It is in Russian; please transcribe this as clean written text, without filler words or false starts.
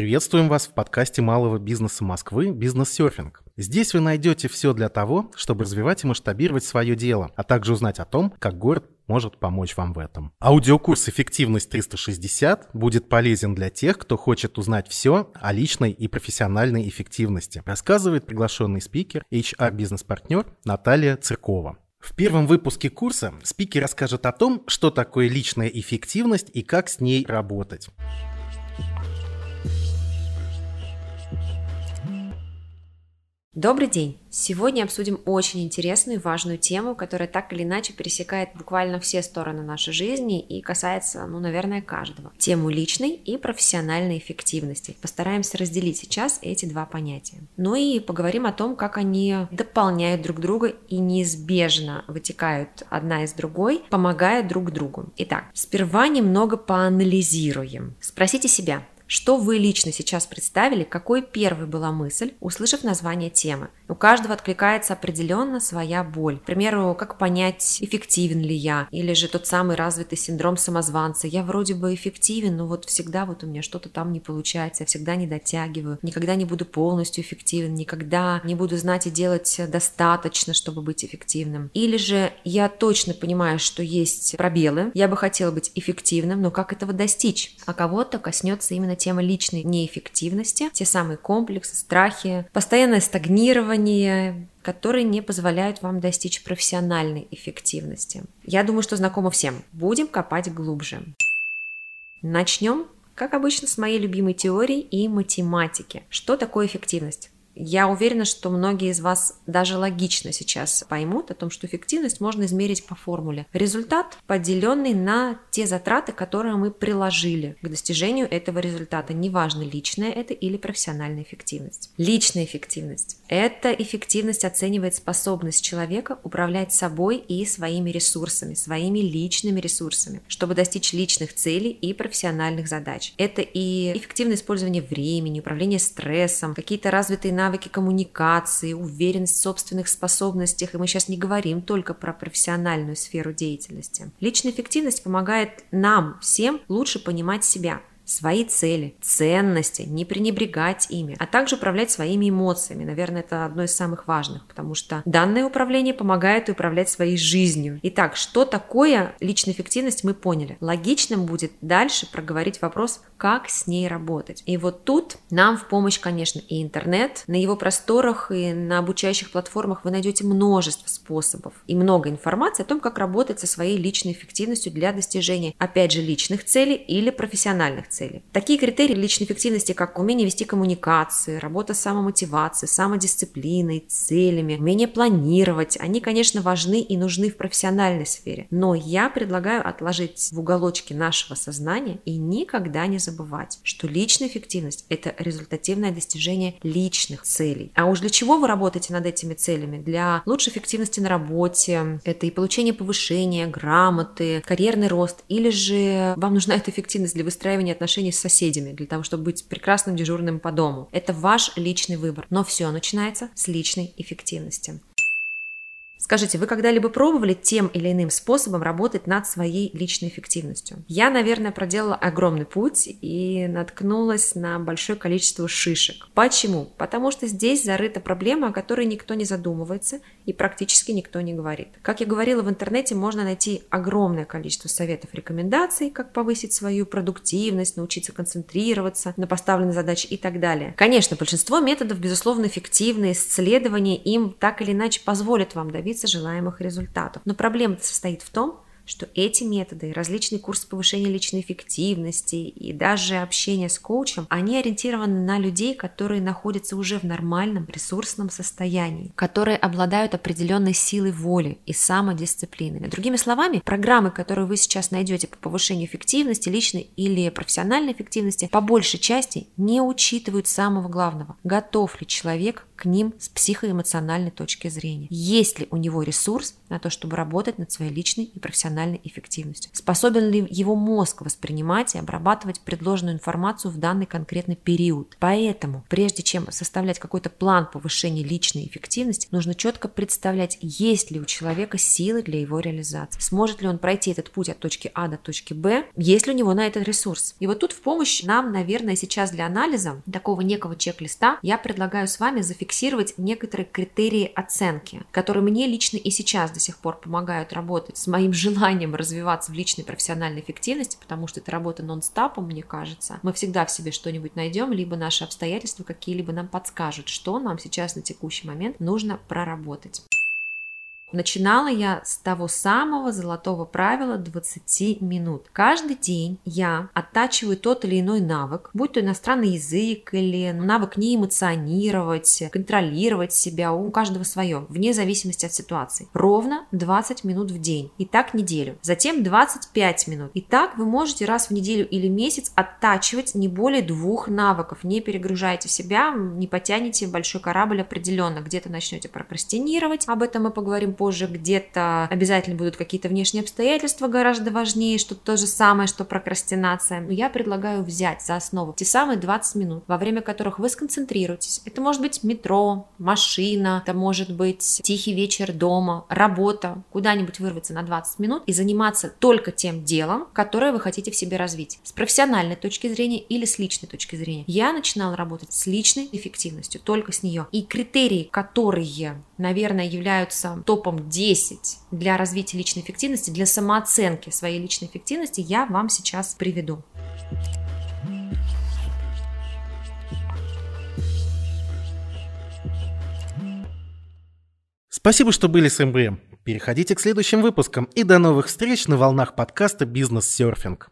Приветствуем вас в подкасте малого бизнеса Москвы «Бизнес-серфинг». Здесь вы найдете все для того, чтобы развивать и масштабировать свое дело, а также узнать о том, как город может помочь вам в этом. Аудиокурс «Эффективность 360» будет полезен для тех, кто хочет узнать все о личной и профессиональной эффективности, рассказывает приглашенный спикер, HR-бизнес-партнер Наталья Циркова. В первом выпуске курса спикер расскажет о том, что такое личная эффективность и как с ней работать. Добрый день! Сегодня обсудим очень интересную и важную тему, которая так или иначе пересекает буквально все стороны нашей жизни и касается, наверное, каждого. Тему личной и профессиональной эффективности. Постараемся разделить сейчас эти два понятия. И поговорим о том, как они дополняют друг друга и неизбежно вытекают одна из другой, помогая друг другу. Итак, сперва немного поанализируем. Спросите себя, что вы лично сейчас представили, какой первой была мысль, услышав название темы? У каждого откликается определенно своя боль. К примеру, как понять, эффективен ли я, или же тот самый развитый синдром самозванца. Я вроде бы эффективен, но всегда у меня что-то там не получается, я всегда не дотягиваю, никогда не буду полностью эффективен, никогда не буду знать и делать достаточно, чтобы быть эффективным. Или же я точно понимаю, что есть пробелы, я бы хотела быть эффективным, но как этого достичь? А кого-то коснется именно тема личной неэффективности, те самые комплексы, страхи, постоянное стагнирование, которые не позволяют вам достичь профессиональной эффективности. Я думаю, что знакомо всем. Будем копать глубже. Начнем, как обычно, с моей любимой теории и математики. Что такое эффективность? Я уверена, что многие из вас даже логично сейчас поймут о том, что эффективность можно измерить по формуле. Результат, поделенный на те затраты, которые мы приложили к достижению этого результата. Неважно, личная это или профессиональная эффективность. Личная эффективность. Эта эффективность оценивает способность человека управлять собой и своими ресурсами, своими личными ресурсами, чтобы достичь личных целей и профессиональных задач. Это и эффективное использование времени, управление стрессом, какие-то развитые навыки коммуникации, уверенность в собственных способностях, и мы сейчас не говорим только про профессиональную сферу деятельности. Личная эффективность помогает нам всем лучше понимать себя, свои цели, ценности, не пренебрегать ими, а также управлять своими эмоциями. Наверное, это одно из самых важных, потому что данное управление помогает управлять своей жизнью. Итак, что такое личная эффективность, мы поняли. Логичным будет дальше проговорить вопрос, как с ней работать. И тут нам в помощь, конечно, и интернет. На его просторах и на обучающих платформах вы найдете множество способов и много информации о том, как работать со своей личной эффективностью для достижения, опять же, личных целей или профессиональных целей. Такие критерии личной эффективности, как умение вести коммуникации, работа с самомотивацией, самодисциплиной, целями, умение планировать, они, конечно, важны и нужны в профессиональной сфере. Но я предлагаю отложить в уголочке нашего сознания и никогда не забывать, что личная эффективность – это результативное достижение личных целей. А уж для чего вы работаете над этими целями? Для лучшей эффективности на работе, это и получение повышения, грамоты, карьерный рост, или же вам нужна эта эффективность для выстраивания отношений с соседями, для того, чтобы быть прекрасным дежурным по дому. Это ваш личный выбор, но все начинается с личной эффективности. Скажите, вы когда-либо пробовали тем или иным способом работать над своей личной эффективностью? Я, наверное, проделала огромный путь и наткнулась на большое количество шишек. Почему? Потому что здесь зарыта проблема, о которой никто не задумывается и практически никто не говорит. Как я говорила, в интернете можно найти огромное количество советов, рекомендаций, как повысить свою продуктивность, научиться концентрироваться на поставленной задаче и так далее. Конечно, большинство методов, безусловно, эффективны, исследования им так или иначе позволят вам добиться желаемых результатов. Но проблема состоит в том, что эти методы, различные курсы повышения личной эффективности и даже общение с коучем, они ориентированы на людей, которые находятся уже в нормальном ресурсном состоянии, которые обладают определенной силой воли и самодисциплиной. Другими словами, программы, которые вы сейчас найдете по повышению эффективности, личной или профессиональной эффективности, по большей части не учитывают самого главного. Готов ли человек к к ним с психоэмоциональной точки зрения. Есть ли у него ресурс на то, чтобы работать над своей личной и профессиональной эффективностью? Способен ли его мозг воспринимать и обрабатывать предложенную информацию в данный конкретный период? Поэтому, прежде чем составлять какой-то план повышения личной эффективности, нужно четко представлять, есть ли у человека силы для его реализации. Сможет ли он пройти этот путь от точки А до точки Б, есть ли у него на этот ресурс. И вот тут в помощь нам, наверное, сейчас для анализа такого некого чек-листа я предлагаю с вами зафиксировать некоторые критерии оценки, которые мне лично и сейчас до сих пор помогают работать с моим желанием развиваться в личной профессиональной эффективности, потому что это работа нон-стопом, мне кажется. Мы всегда в себе что-нибудь найдем, либо наши обстоятельства какие-либо нам подскажут, что нам сейчас на текущий момент нужно проработать. Начинала я с того самого золотого правила 20 минут. Каждый день я оттачиваю тот или иной навык, будь то иностранный язык или навык не эмоционировать, контролировать себя, у каждого свое, вне зависимости от ситуации. Ровно 20 минут в день. И так неделю. Затем 25 минут. И так вы можете раз в неделю или месяц оттачивать не более 2 навыков. Не перегружайте себя, не потянете большой корабль определенно. Где-то начнете прокрастинировать, об этом мы поговорим позже, где-то обязательно будут какие-то внешние обстоятельства гораздо важнее, что то же самое, что прокрастинация. Но я предлагаю взять за основу те самые 20 минут, во время которых вы сконцентрируетесь. Это может быть метро, машина, это может быть тихий вечер дома, работа, куда-нибудь вырваться на 20 минут и заниматься только тем делом, которое вы хотите в себе развить. С профессиональной точки зрения или с личной точки зрения. Я начинала работать с личной эффективностью, только с нее. И критерии, которые, наверное, являются топом 10 для развития личной эффективности, для самооценки своей личной эффективности, я вам сейчас приведу. Спасибо, что были с МБМ. Переходите к следующим выпускам и до новых встреч на волнах подкаста «Бизнес-серфинг».